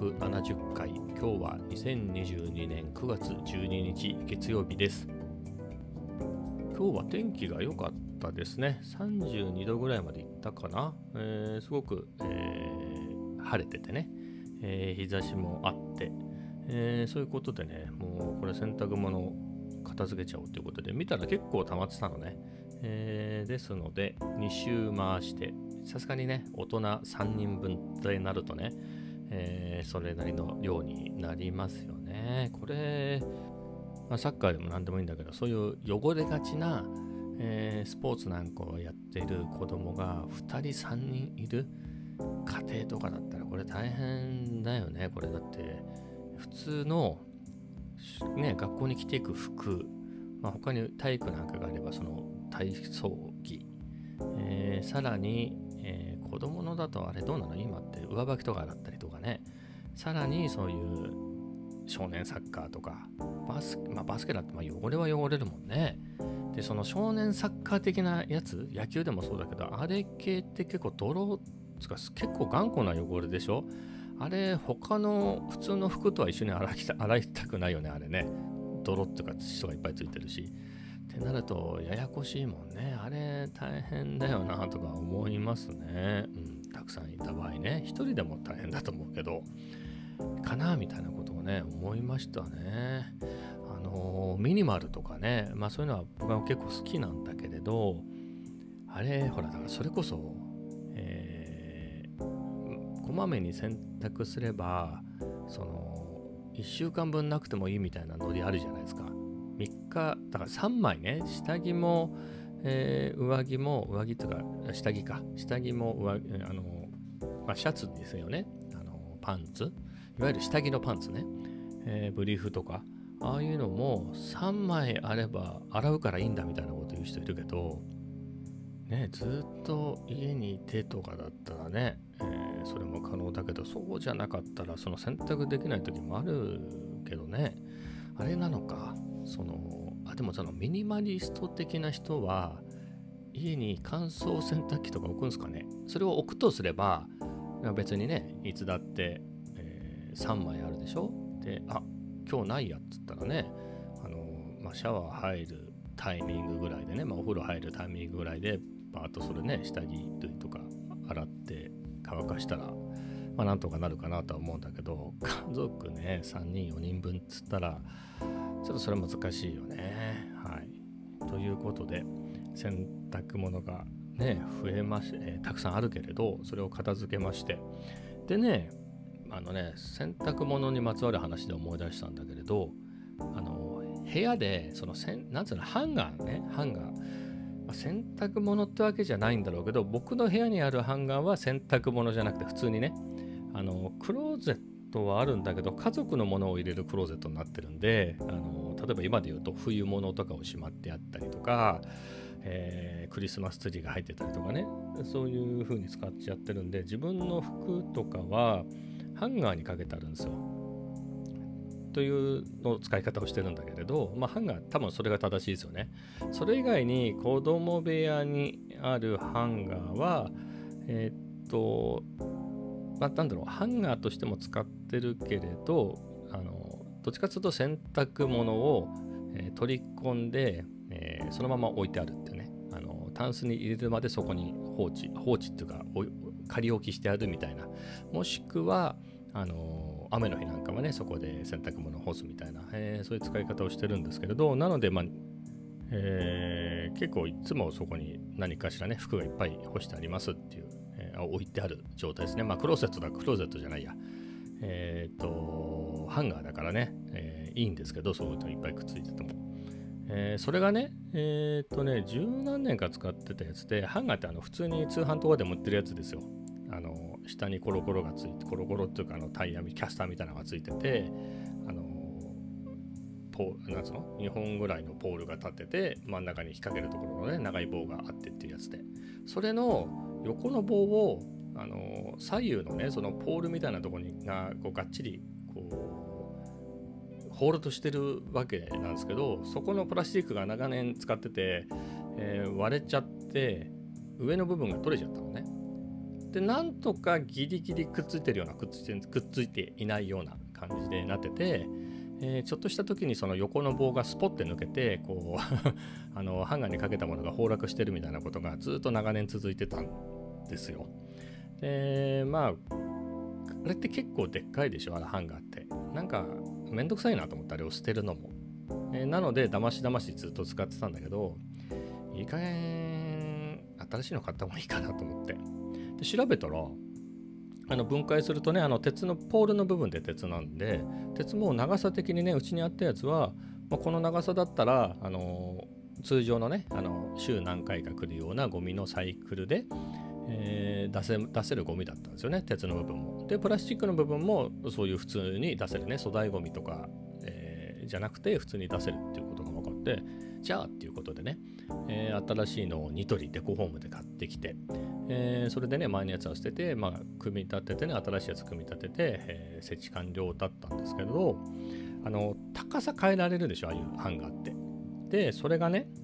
170回。今日は2022年9月12日月曜日です。今日は天気が良かったですね。32度ぐらいまでいったかな。すごく、晴れててね、日差しもあって、そういうことでね、もうこれ洗濯物片付けちゃおうということで見たら結構溜まってたのね。ですので2周回して、さすがにね大人3人分ってなるとね、それなりの量になりますよね。これ、サッカーでも何でもいいんだけど、そういう汚れがちな、スポーツなんかをやっている子供が2人3人いる家庭とかだったらこれ大変だよね。これだって普通のね学校に着ていく服、他に体育なんかがあればその体操着、さらに、子供のだとあれどうなの、今って上履きとかだったりとかね、さらにそういう少年サッカーとかバスケだって汚れは汚れるもんね。でその少年サッカー的なやつ、野球でもそうだけど、あれ系って結構泥つか結構頑固な汚れでしょ。あれ他の普通の服とは一緒に洗いたくないよね。あれね、泥っていうか土とかいっぱいついてるしってなるとややこしいもんね。あれ大変だよなとか思いますね。たくさんいた場合ね、一人でも大変だと思うけどかなみたいなことをね思いましたね。ミニマルとかね、そういうのは僕は結構好きなんだけれど、あれほらだからそれこそ、こまめに洗濯すればその1週間分なくてもいいみたいなノリあるじゃないですか。3日だから3枚ね、下着も、上着っていうか下着もシャツですよね。パンツ、いわゆる下着のパンツね、ブリーフとかああいうのも3枚あれば洗うからいいんだみたいなこと言う人いるけどね、ずっと家にいてとかだったらね、それも可能だけど、そうじゃなかったらその選択できない時もあるけどね。あれなのか、でもそのミニマリスト的な人は家に乾燥洗濯機とか置くんですかね。それを置くとすれば別にね、いつだって、3枚あるでしょ。で、今日ないやっつったらね、シャワー入るタイミングぐらいでね、お風呂入るタイミングぐらいでバーッとそれね、下着類とか洗って乾かしたらなんとかなるかなとは思うんだけど、家族ね3人4人分っつったらちょっとそれ難しいよね。はい。ということで洗濯物がね増えまして、たくさんあるけれど、それを片付けまして、でね、洗濯物にまつわる話で思い出したんだけれど、部屋でなんつうの、ハンガー、洗濯物ってわけじゃないんだろうけど、僕の部屋にあるハンガーは洗濯物じゃなくて普通にね、クローゼットはあるんだけど家族のものを入れるクローゼットになってるんで、例えば今で言うと冬物とかをしまってあったりとか、クリスマスツリーが入ってたりとかね、そういう風に使っちゃってるんで、自分の服とかはハンガーにかけてあるんですよというの使い方をしてるんだけれど、ハンガー多分それが正しいですよね。それ以外に子供部屋にあるハンガーはなんだろう、ハンガーとしても使ってるけれど、どっちかというと洗濯物を、取り込んで、そのまま置いてあるっていうね、タンスに入れるまでそこに放置っていうか仮置きしてあるみたいな、もしくは雨の日なんかはねそこで洗濯物を干すみたいな、そういう使い方をしてるんですけれど、なので結構いつもそこに何かしらね服がいっぱい干してありますっていう、置いてある状態ですね。クローゼットじゃないや、ハンガーだからね、いいんですけど、そういうのいっぱいくっついてても、それがね十何年か使ってたやつで、ハンガーって普通に通販とかでも売ってるやつですよ。下にコロコロがついて、コロコロっていうかタイヤキャスターみたいなのがついてて、なんつうの、2本ぐらいのポールが立ってて、真ん中に引っ掛けるところのね長い棒があってっていうやつで、それの横の棒を左右のねそのポールみたいなところががっちりホールドしてるわけなんですけど、そこのプラスチックが長年使ってて、割れちゃって上の部分が取れちゃったのね。 でなんとかギリギリくっついてるようなくっついていないような感じでなってて、ちょっとした時にその横の棒がスポッて抜けてこうハンガーにかけたものが崩落してるみたいなことがずっと長年続いてたんですよ。でまああれって結構でっかいでしょ、あのハンガーって。なんかめんどくさいなと思ってあれを捨てるのも、なのでだましずっと使ってたんだけど、いい加減新しいの買った方がいいかなと思って、で調べたら分解するとね、鉄のポールの部分で鉄なんで、鉄も長さ的にね、うちにあったやつは、この長さだったら通常のね週何回か来るようなゴミのサイクルで、出せるゴミだったんですよね、鉄の部分も。でプラスチックの部分もそういう普通に出せるね、粗大ゴミとか、じゃなくて普通に出せるっていうことが分かって、じゃあっていうことでね、新しいのをニトリデコホームで買ってきて、それでね前のやつは捨てて、組み立ててね、新しいやつ組み立てて、設置完了だったんですけど、高さ変えられるでしょ、ああいうハンガーって。でそれがね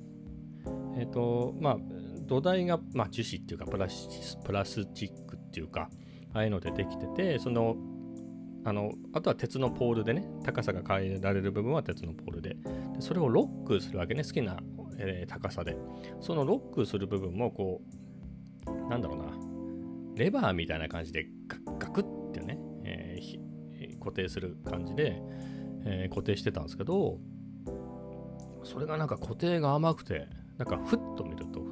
土台が、樹脂っていうかプラスチックっていうか、ああいうのでできてて、あとは鉄のポールでね、高さが変えられる部分は鉄のポールで、それをロックするわけね、好きな、高さで。そのロックする部分もこうなんだろうな、レバーみたいな感じでガクッてね、固定する感じで、固定してたんですけど、それがなんか固定が甘くて、なんかふっと見ると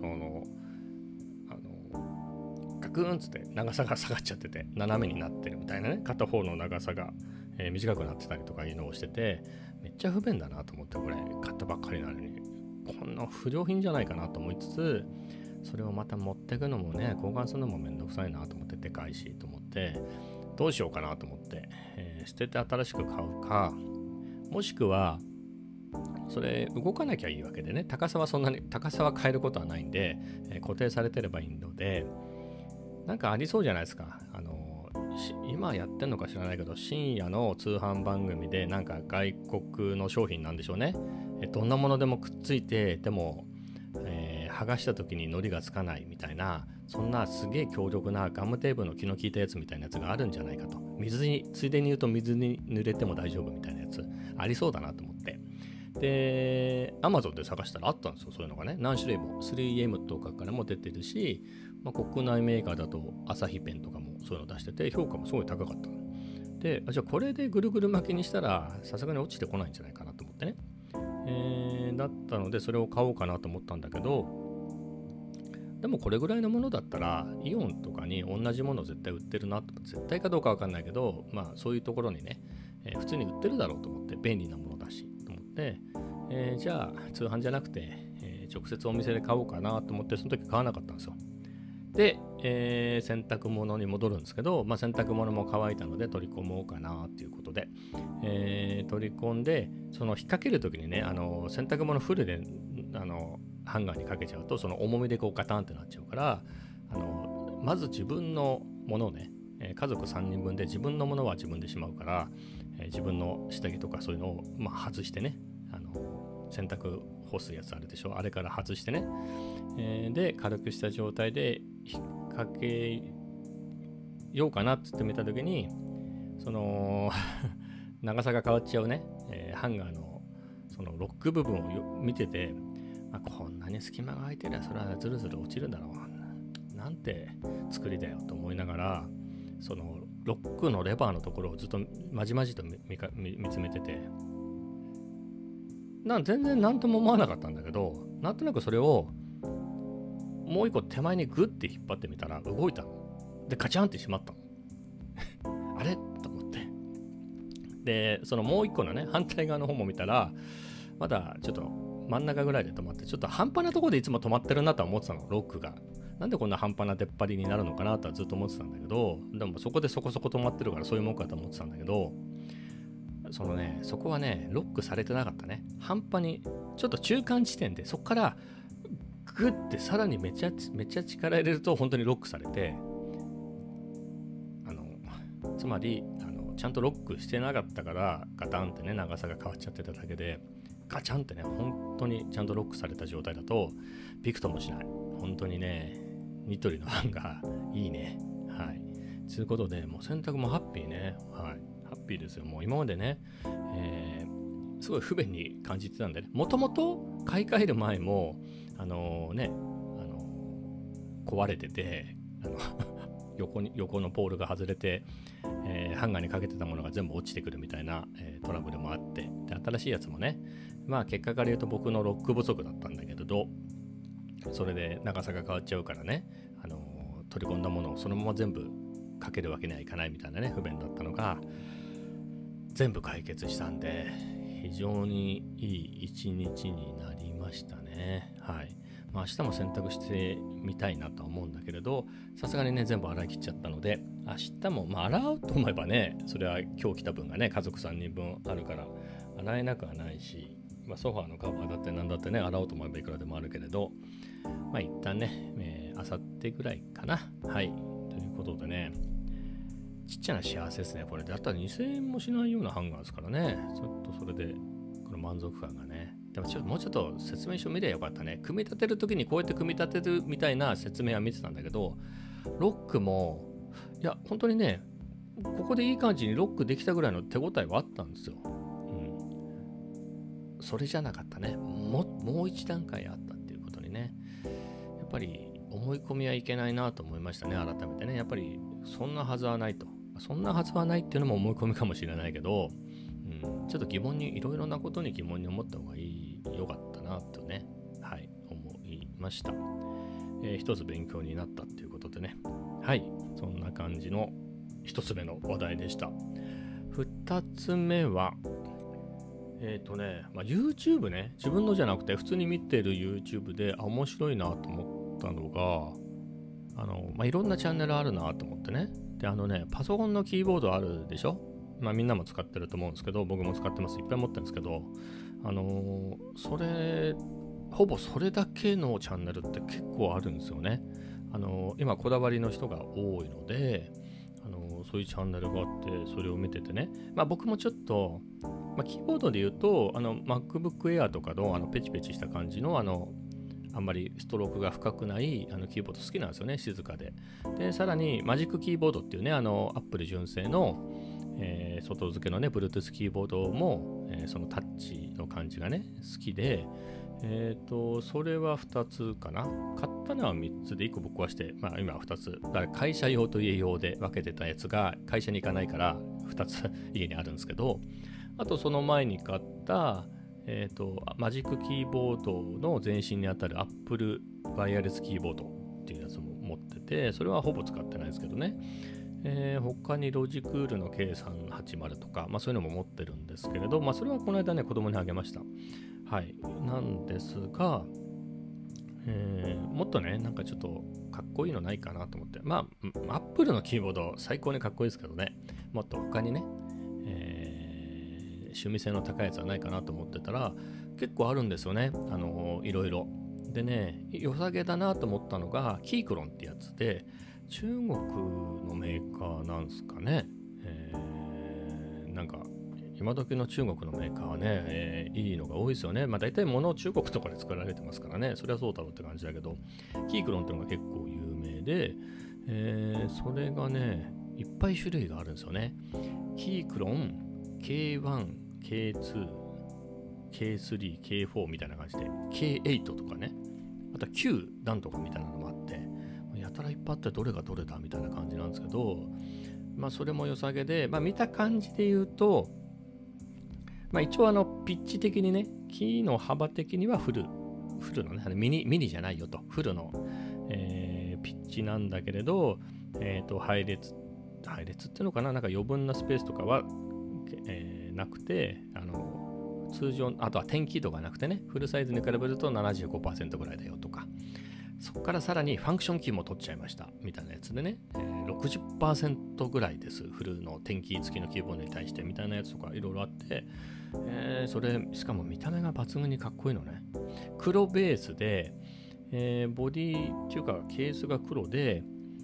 ガクーンつって長さが下がっちゃってて斜めになってるみたいなね、片方の長さが、短くなってたりとかいうのをしてて、めっちゃ不便だなと思って、これ買ったばっかりなのにこんな不良品じゃないかなと思いつつ、それをまた持ってくのもね、交換するのもめんどくさいなと思って、でかいしと思って、どうしようかなと思って、捨てて新しく買うか、もしくはそれ動かなきゃいいわけでね、高さは変えることはないんで、固定されてればいいので、なんかありそうじゃないですか。今やってんのか知らないけど、深夜の通販番組でなんか外国の商品なんでしょうね、どんなものでもくっついて、でも、剥がした時に糊がつかないみたいな、そんなすげえ強力なガムテープの気の利いたやつみたいなやつがあるんじゃないかと。ついでに言うと水に濡れても大丈夫みたいなやつありそうだなと思って、で Amazon で探したらあったんですよ、そういうのがね。何種類も 3M とかからも出てるし、国内メーカーだとアサヒペンとかもそういうの出してて、評価もすごい高かったので、じゃあこれでぐるぐる巻きにしたらさすがに落ちてこないんじゃないかなと思ってね、だったのでそれを買おうかなと思ったんだけど、でもこれぐらいのものだったらイオンとかに同じもの絶対売ってるなと、絶対かどうか分かんないけど、そういうところにね、普通に売ってるだろうと思って、便利なものだしと思って、じゃあ通販じゃなくて、直接お店で買おうかなと思って、その時買わなかったんですよ。で、洗濯物に戻るんですけど、洗濯物も乾いたので取り込もうかなっていうことで、取り込んで、その引っ掛ける時にね、洗濯物フルでハンガーにかけちゃうと、その重みでこうガタンってなっちゃうから、まず自分のものをね、家族3人分で自分のものは自分でしまうから、自分の下着とかそういうのを外してね、洗濯干すやつあるでしょ、あれから外してね、で軽くした状態で引っ掛けようかなっつって見た時に、その長さが変わっちゃうね、ハンガーのそのロック部分を見てて、こんなに隙間が空いてりゃそれはズルズル落ちるだろう、なんて作りだよと思いながら、そのロックのレバーのところをずっとまじまじと見つめてて、全然何とも思わなかったんだけど、なんとなくそれをもう一個手前にグッて引っ張ってみたら動いたので、ガチャンってしまったのあれと思って、でそのもう一個のね反対側の方も見たら、まだちょっと真ん中ぐらいで止まって、ちょっと半端なところでいつも止まってるなとは思ってたの、ロックが。なんでこんな半端な出っ張りになるのかなとはずっと思ってたんだけど、でもそこでそこそこ止まってるからそういうもんかと思ってたんだけど、そこはねロックされてなかったね。半端にちょっと中間地点で、そこからグッてさらにめちゃ力入れると本当にロックされて、つまりちゃんとロックしてなかったからガタンってね長さが変わっちゃってただけで、ガチャンってね本当にちゃんとロックされた状態だとびくともしない。本当にねニトリのハンガーいいね。 はい。ということで、もう洗濯もハッピーね。はい。ハッピーですよ。もう今までね、すごい不便に感じてたんでね。もともと買い替える前も、壊れてて、横のポールが外れて、ハンガーにかけてたものが全部落ちてくるみたいな、トラブルもあって、で新しいやつもね、まあ結果から言うと僕のロック不足だったんだけれど、それで長さが変わっちゃうからね、取り込んだものをそのまま全部かけるわけにはいかないみたいなね、不便だったのが全部解決したんで、非常にいい一日になりましたね。はい。まあ明日も洗濯してみたいなとは思うんだけれど、さすがにね全部洗い切っちゃったので、明日もまあ洗おうと思えばね、それは今日着た分がね家族3人分あるから洗えなくはないし、まあ、ソファーのカバーだってなんだってね洗おうと思えばいくらでもあるけれど、まあ一旦ね、明後日ぐらいかな。はい。ということでね、ちっちゃな幸せですね。これであったら2000円もしないようなハンガーですからね。ちょっとそれでこの満足感がね。でももうちょっと説明書見ればよかったね。組み立てるときにこうやって組み立てるみたいな説明は見てたんだけど、ロックもいや本当にね、ここでいい感じにロックできたぐらいの手応えはあったんですよ。それじゃなかったね。もう一段階あったっていうことにね、やっぱり思い込みはいけないなと思いましたね。改めてね、やっぱりそんなはずはないと。そんなはずはないっていうのも思い込みかもしれないけど、ちょっと疑問に、いろいろなことに疑問に思った方がよかったなとね、はい、思いました。一つ勉強になったっていうことでね、はい、そんな感じの一つ目の話題でした。二つ目は、YouTube ね、自分のじゃなくて普通に見てる YouTube で面白いなと思ったのが、いろんなチャンネルあるなと思ってね。で、パソコンのキーボードあるでしょ。みんなも使ってると思うんですけど、僕も使ってます。いっぱい持ってるんですけど、ほぼそれだけのチャンネルって結構あるんですよね。今こだわりの人が多いので、そういうチャンネルがあってそれを見ててね、僕もちょっと、キーボードで言うとMacBook Air とかのペチペチした感じのあんまりストロークが深くないキーボード好きなんですよね、静かで。でさらにマジックキーボードっていうね、Apple 純正の、外付けのね Bluetooth キーボードも、そのタッチの感じがね好きで、それは2つかな。買ったのは3つで1個ぶっ壊して、今は2つ。だから会社用と家用で分けてたやつが会社に行かないから2つ家にあるんですけど、あとその前に買った、マジックキーボードの前身にあたる Apple ワイヤレスキーボードっていうやつも持ってて、それはほぼ使ってないですけどね。他にロジクールの K380 とか、そういうのも持ってるんですけれど、それはこの間ね子供にあげました。はい。なんですが、もっとね、なんかちょっとかっこいいのないかなと思って。Apple のキーボード最高にかっこいいですけどね、もっと他にね、趣味性の高いやつはないかなと思ってたら、結構あるんですよね。いろいろ。でね、良さげだなと思ったのが、キークロンってやつで、中国のメーカーなんですかね。なんか、今時の中国のメーカーはね、いいのが多いですよね。大体物を中国とかで作られてますからね。それはそうだろうって感じだけど、キークロンっていうのが結構有名で、それがね、いっぱい種類があるんですよね。キークロン、K1、K2、K3、K4 みたいな感じで、K8 とかね、あとは9なんとかみたいなのもあって、やたらいっぱいあってどれがどれだみたいな感じなんですけど、それも良さげで、見た感じで言うと、一応ピッチ的にね、キーの幅的にはフルのね、ミニじゃないよと、フルの、ピッチなんだけれど、配列っていうのかな、なんか余分なスペースとかは、なくて、通常、あとは点キーとかなくてね、フルサイズに比べると 75% ぐらいだよとか、そこからさらにファンクションキーも取っちゃいましたみたいなやつでね、60% ぐらいです、フルの点キー付きのキーボードに対してみたいなやつとかいろいろあって、それしかも見た目が抜群にかっこいいのね。黒ベースで、ボディっていうかケースが黒で、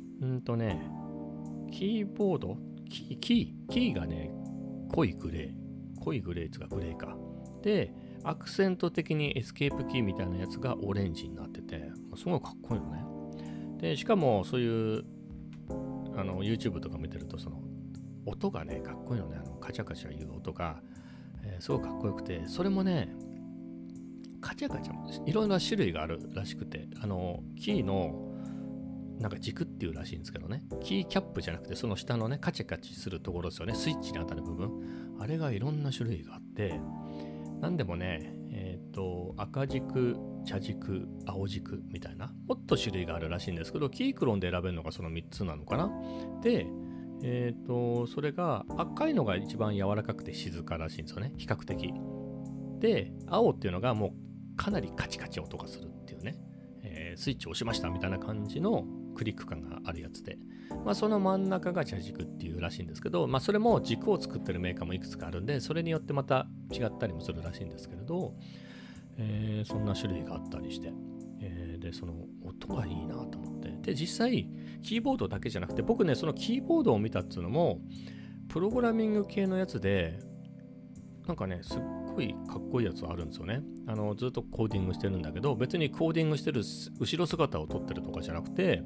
キーボードキーがね濃いグレーつかグレーかで、アクセント的にエスケープキーみたいなやつがオレンジになってて、すごいかっこいいのね。でしかもそういう YouTube とか見てると、その音がね、かっこいいのね、カチャカチャいう音が、すごくかっこよくて、それもね、カチャカチャもいろんな種類があるらしくて、キーのなんか軸っていうらしいんですけどね、キーキャップじゃなくて、その下のね、カチャカチするところですよね、スイッチに当たる部分。あれがいろんな種類があって、なんでもね、赤軸、茶軸、青軸みたいな、もっと種類があるらしいんですけど、キークロンで選べるのがその3つなのかな。で、それが赤いのが一番柔らかくて静からしいんですよね、比較的。で、青っていうのがもうかなりカチカチ音がするっていうね、スイッチを押しましたみたいな感じのクリック感があるやつで、その真ん中が茶軸っていうらしいんですけど、それも軸を作ってるメーカーもいくつかあるんで、それによってまた違ったりもするらしいんですけれど、そんな種類があったりして、でその音がいいなと思って、で実際キーボードだけじゃなくて、僕ね、そのキーボードを見たっていうのもプログラミング系のやつで、なんかね、すっごいかっこいいやつあるんですよね。ずっとコーディングしてるんだけど、別にコーディングしてる後ろ姿を撮ってるとかじゃなくて、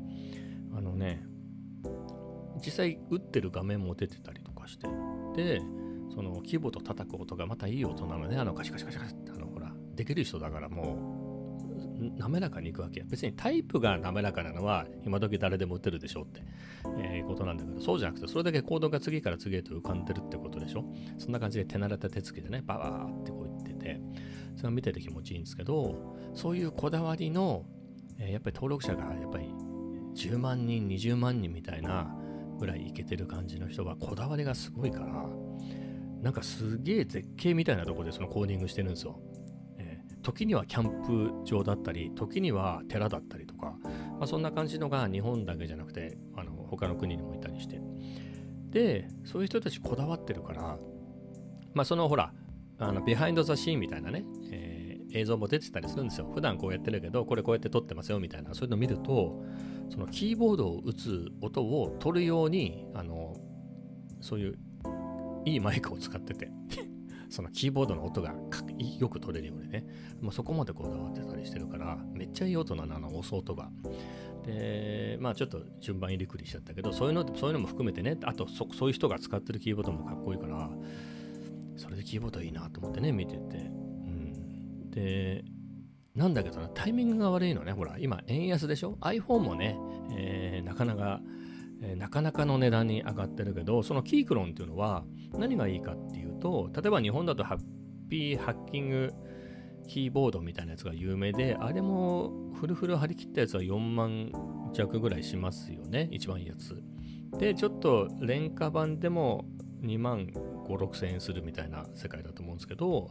実際打ってる画面も出てたりとかして、でそのキーボード叩く音がまたいい音なのね。カシカシカシカシってほらできる人だからもう滑らかにいくわけや。別にタイプが滑らかなのは今時誰でも打てるでしょって、ことなんだけど、そうじゃなくて、それだけコードが次から次へと浮かんでるってことでしょ。そんな感じで手慣れた手つきでね、ババーってこう言ってて、それを見てて気持ちいいんですけど、そういうこだわりの、やっぱり登録者がやっぱり10万人20万人みたいなぐらいいけてる感じの人はこだわりがすごいから、なんかすげえ絶景みたいなところでそのコーディングしてるんですよ。時にはキャンプ場だったり、時には寺だったりとか、そんな感じのが日本だけじゃなくて他の国にもいたりして、でそういう人たちこだわってるから、そのほらビハインドザシーンみたいなね、映像も出てたりするんですよ。普段こうやってるけど、これこうやって撮ってますよみたいな、そういうのを見ると、そのキーボードを打つ音を取るようにそういういいマイクを使っててそのキーボードの音がよく取れるようにね、もうそこまでこだわってたりしてるから、めっちゃいい音なの、押す音が。でちょっと順番入りくりしちゃったけど、そういうのも含めてね、あとそういう人が使ってるキーボードもかっこいいから、それでキーボードいいなと思ってね、見てて、でなんだけどな、タイミングが悪いのね。ほら今円安でしょ。 iPhone もね、なかなかの値段に上がってるけど、そのキークロンっていうのは何がいいかっていうと、例えば日本だとハッピーハッキングキーボードみたいなやつが有名で、あれもフルフル張り切ったやつは4万弱ぐらいしますよね、一番いいやつで。ちょっと廉価版でも2万5、6千円するみたいな世界だと思うんですけど、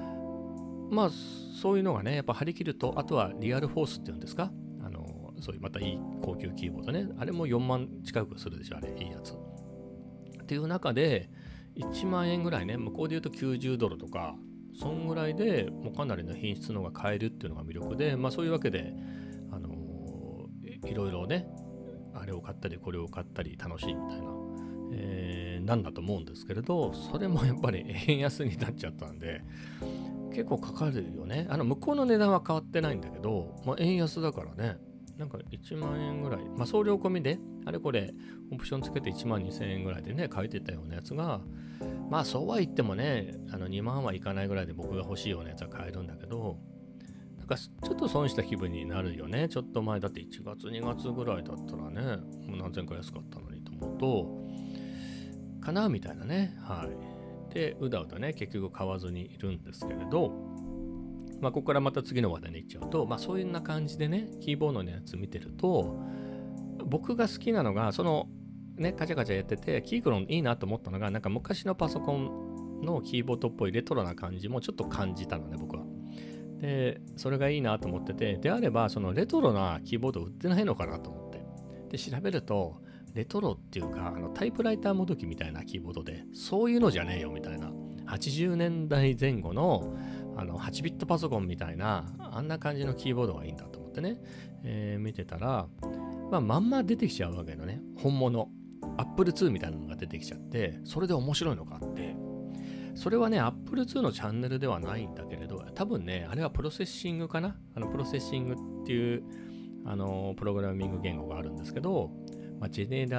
そういうのがね、やっぱ張り切ると、あとはリアルフォースっていうんですか、そういうまたいい高級キーボードね、あれも4万近くするでしょ、あれいいやつっていう中で、1万円ぐらいね、向こうで言うと90ドルとか、そんぐらいでもうかなりの品質のが買えるっていうのが魅力で、そういうわけでいろいろね、あれを買ったりこれを買ったり楽しいみたいな、なんだと思うんですけれど、それもやっぱり円安になっちゃったんで結構かかるよね。向こうの値段は変わってないんだけど、円安だからね、なんか1万円ぐらい、送料込みであれこれオプションつけて1万2000円ぐらいでね書いてたようなやつが、そうは言ってもね、2万はいかないぐらいで僕が欲しいようなやつは買えるんだけど、なんかちょっと損した気分になるよね。ちょっと前だって1月2月ぐらいだったらね、もう何千か安かったのにと思うとかなみたいなね。でうだうだね結局買わずにいるんですけれど、ここからまた次の話題に行っちゃうと、そういうな感じでね、キーボードのやつ見てると、僕が好きなのが、そのね、カチャカチャやってて、キークロンいいなと思ったのが、なんか昔のパソコンのキーボードっぽいレトロな感じもちょっと感じたのね、僕は。で、それがいいなと思ってて、であれば、そのレトロなキーボード売ってないのかなと思って。で、調べると、レトロっていうか、タイプライターもどきみたいなキーボードで、そういうのじゃねえよみたいな、80年代前後の8ビットパソコンみたいな、あんな感じのキーボードがいいんだと思ってね、見てたら、まんま出てきちゃうわけのね、本物。Apple II みたいなのが出てきちゃって、それで面白いのがあって、それはね、Apple II のチャンネルではないんだけれど、多分ね、あれはプロセッシングかな。プロセッシングっていう、プログラミング言語があるんですけど、ジェネラ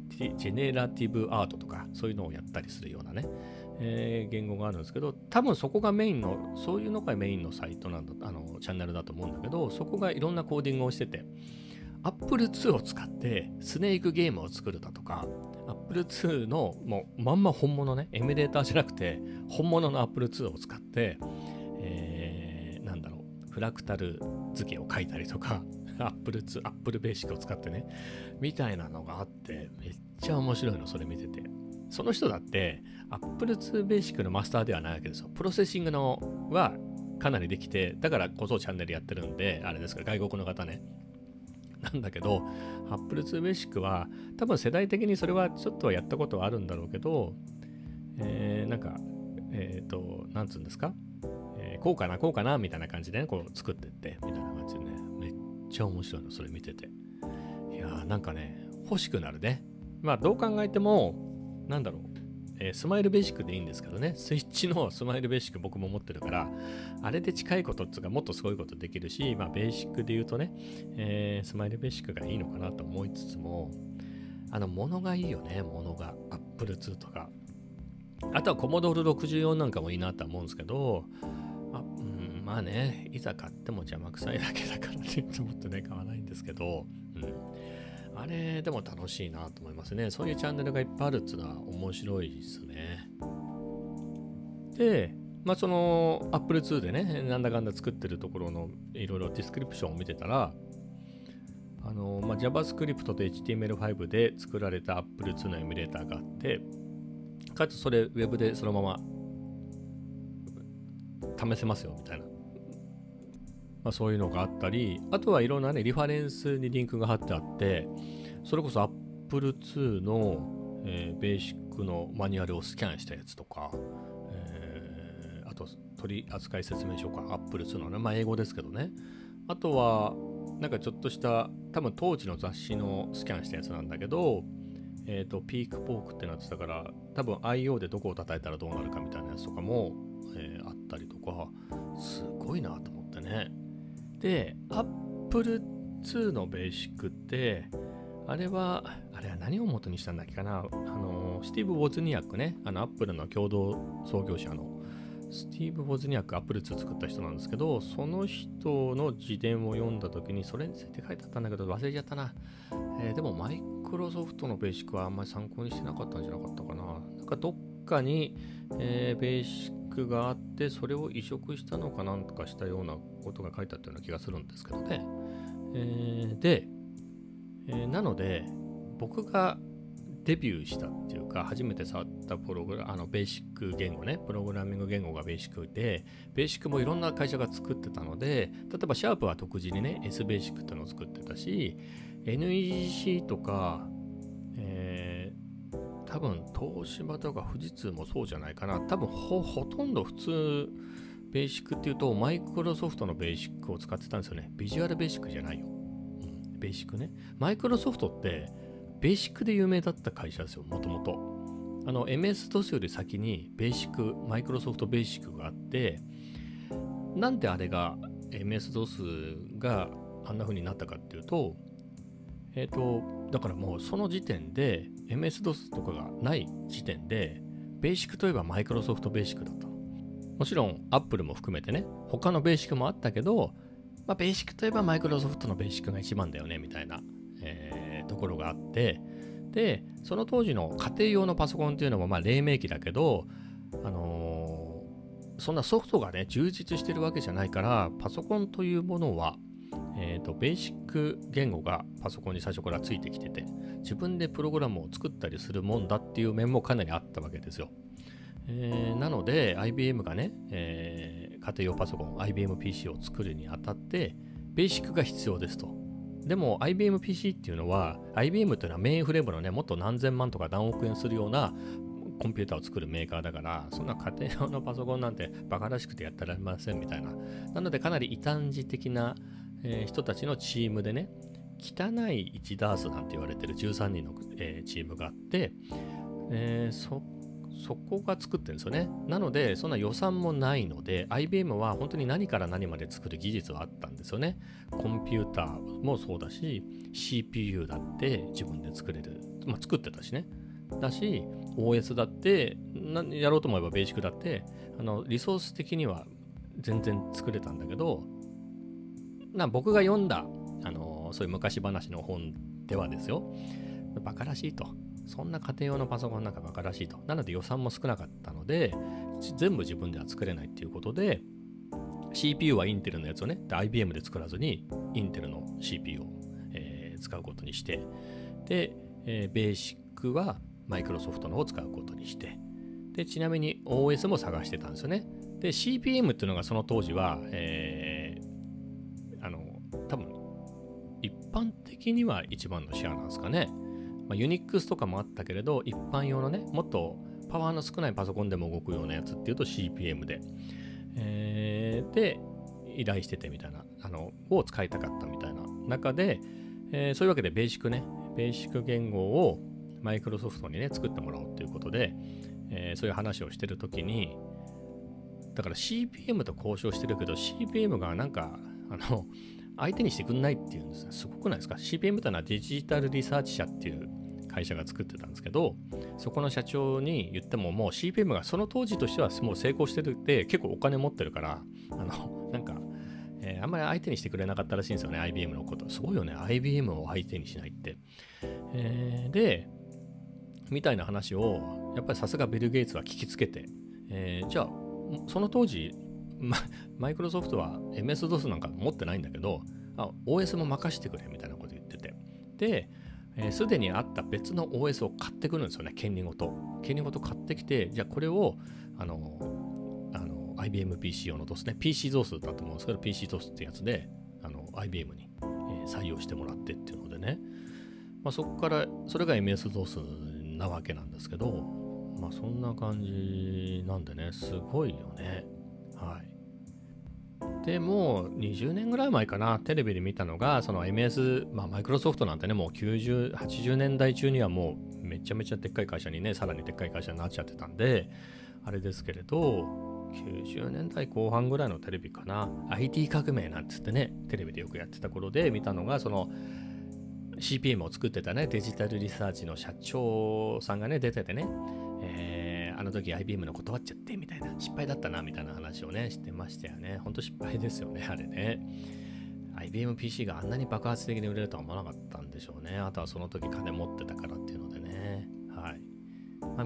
ジェネラティブアートとかそういうのをやったりするようなね、言語があるんですけど、多分そこがメインの、そういうのがメインのサイトなんだ、チャンネルだと思うんだけど、そこがいろんなコーディングをしてて、Apple II を使ってスネークゲームを作るだとか、Apple II のもうまんま本物ね、エミュレーターじゃなくて本物の Apple II を使って、なんだろう、フラクタル図形を描いたりとか、Apple Basic を使ってね、みたいなのがあって、めっちゃ面白いの、それ見てて。その人だって Apple II Basic のマスターではないわけですよ。プロセッシングのはかなりできて、だからこそチャンネルやってるんで、あれですから、外国の方ね。なんだけど、Apple II Basic は多分世代的にそれはちょっとはやったことはあるんだろうけど、なんか、なんつうんですか、こうかなみたいな感じでね、こう作ってって、みたいな感じでね、めっちゃ面白いの、それ見てて。いやー、なんかね、欲しくなるね。まあ、どう考えても、なんだろう、スマイルベーシックでいいんですけどね、スイッチのスマイルベーシック僕も持ってるから、あれで近いことっていうか、もっとすごいことできるし、まあ、ベーシックで言うとね、スマイルベーシックがいいのかなと思いつつも、物がいいよね、物が。Apple II とか。あとはコモドール64なんかもいいなと思うんですけど、まあね、いざ買っても邪魔くさいだけだからねと思ってね、買わないんですけど、あれでも楽しいなと思いますね。そういうチャンネルがいっぱいあるっていうのは面白いですね。で、まあその Apple II でね、なんだかんだ作ってるところのいろいろディスクリプションを見てたら、JavaScript と HTML5 で作られた Apple II のエミュレーターがあって、かつそれ Web でそのまま試せますよみたいな、そういうのがあったり、あとはいろんなね、リファレンスにリンクが貼ってあって、それこそ Apple II の、ベーシックのマニュアルをスキャンしたやつとか、あと取扱説明書か、Apple II のね、英語ですけどね。あとは、なんかちょっとした、多分当時の雑誌のスキャンしたやつなんだけど、ピークポークってなってたから、多分 IO でどこを叩いたらどうなるかみたいなやつとかも、あったりとか、すごいなと思ってね。で、Apple II のベーシックって、あれは何を元にしたんだっけかな、スティーブ・ウォズニアックね、Apple の共同創業者のスティーブ・ウォズニアック、Apple II 作った人なんですけど、その人の自伝を読んだ時に、それについて書いてあったんだけど忘れちゃったな。でもマイクロソフトのベーシックはあんまり参考にしてなかったんじゃなかったかな。なんかどっかに、ベーシックがあって、それを移植したのかなんとかしたようなことが書いてあったような気がするんですけどね。で、なので僕がデビューしたっていうか、初めて触ったベーシック言語ね、プログラミング言語がベーシックで、ベーシックもいろんな会社が作ってたので、例えばシャープは独自にね、S ベーシックっていうのを作ってたし、NEC とか、多分東芝とか富士通もそうじゃないかな。多分ほとんど普通、ベーシックっていうと、マイクロソフトのベーシックを使ってたんですよね。ビジュアルベーシックじゃないよ。ベーシックね。マイクロソフトって、ベーシックで有名だった会社ですよ、もともと。MS-DOS より先にベーシック、マイクロソフトベーシックがあって、なんであれが MS-DOS があんな風になったかっていうと、だからもうその時点で MS-DOS とかがない時点で、ベーシックといえばマイクロソフトベーシックだったの。もちろん Apple も含めてね、他のベーシックもあったけど、ベーシックといえばマイクロソフトのベーシックが一番だよねみたいな、ところがあって、でその当時の家庭用のパソコンっていうのも黎明期だけど、そんなソフトがね充実してるわけじゃないから、パソコンというものは、ベーシック言語がパソコンに最初からついてきてて、自分でプログラムを作ったりするもんだっていう面もかなりあったわけですよ。なので IBM がね、家庭用パソコン IBM PC を作るにあたってベーシックが必要ですと。でも IBM PC っていうのは IBM っていうのはメインフレームのねもっと何千万とか何億円するようなコンピューターを作るメーカーだから、そんな家庭用のパソコンなんてバカらしくてやってられませんみたいな。なのでかなり異端児的な、人たちのチームでね、汚い1ダースなんて言われてる13人の、チームがあって、そこが作ってるんですよね。なのでそんな予算もないので IBM は本当に何から何まで作る技術はあったんですよね。コンピューターもそうだし CPU だって自分で作れる作ってたしね。だし、OS だって、やろうと思えばベーシックだって、リソース的には全然作れたんだけど、僕が読んだ、そういう昔話の本ではですよ、バカらしいと。そんな家庭用のパソコンなんかバカらしいと。なので予算も少なかったので、全部自分では作れないっていうことで、CPU はインテルのやつをね、IBM で作らずに、インテルの CPU を、使うことにして、で、ベーシックはマイクロソフトの方を使うことにして、で、ちなみに OS も探してたんですよね。で、CPM っていうのがその当時は、多分、一般的には一番のシェアなんですかね。ユニックスとかもあったけれど、一般用のね、もっとパワーの少ないパソコンでも動くようなやつっていうと CPM で、で、依頼しててみたいな、を使いたかったみたいな中で、そういうわけでベーシック言語をマイクロソフトにね、作ってもらおうということで、そういう話をしてるときに、だから CPM と交渉してるけど、CPM がなんか、相手にしてくんないっていうんですね。すごくないですか？ CPM というのはデジタルリサーチ社っていう会社が作ってたんですけど、そこの社長に言ってももう CPM がその当時としてはもう成功してるって結構お金持ってるから、なんか、あんまり相手にしてくれなかったらしいんですよね、IBM のこと。すごいよね、IBM を相手にしないって。で、みたいな話を、やっぱりさすがビル・ゲイツは聞きつけて、じゃあ、その当時、マイクロソフトは MS-DOS なんか持ってないんだけど、OS も任してくれみたいなこと言ってて。で、すでにあった別の OS を買ってくるんですよね、権利ごと。権利ごと買ってきて、じゃあこれを、IBM PC 用の DOS ね、PC-DOS だと思うんですけど、PC-DOS ってやつで、IBM に、採用してもらってっていうのでね、そこから、それが MS-DOS なわけなんですけど、そんな感じなんでね、すごいよね。はい。でもう20年ぐらい前かな、テレビで見たのが、その MS、マイクロソフトなんてね、もう90、80年代中にはもうめちゃめちゃでっかい会社にね、さらにでっかい会社になっちゃってたんで、あれですけれど、90年代後半ぐらいのテレビかな、IT 革命なんつってね、テレビでよくやってた頃で見たのが、その CPM を作ってたね、デジタルリサーチの社長さんがね、出ててね、あの時 IBM の断っちゃってみたいな、失敗だったなみたいな話をねしてましたよね。ほんと失敗ですよね、あれね。IBM PC があんなに爆発的に売れるとは思わなかったんでしょうね。あとはその時金持ってたからっていうのでね。はい。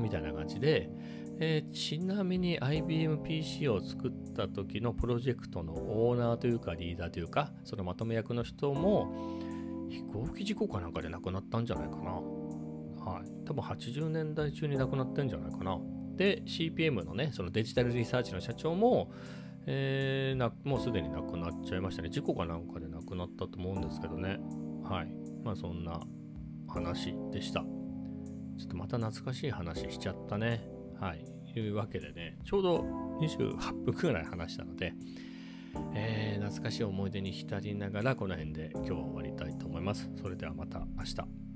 みたいな感じで、ちなみに IBM PC を作った時のプロジェクトのオーナーというかリーダーというか、そのまとめ役の人も飛行機事故かなんかで亡くなったんじゃないかな。はい。多分80年代中に亡くなってんじゃないかな。で、CPM のね、そのデジタルリサーチの社長も、もうすでに亡くなっちゃいましたね。事故かなんかで亡くなったと思うんですけどね。はい。そんな話でした。ちょっとまた懐かしい話しちゃったね。はい。いうわけでね、ちょうど28分くらい話したので、懐かしい思い出に浸りながらこの辺で今日は終わりたいと思います。それではまた明日。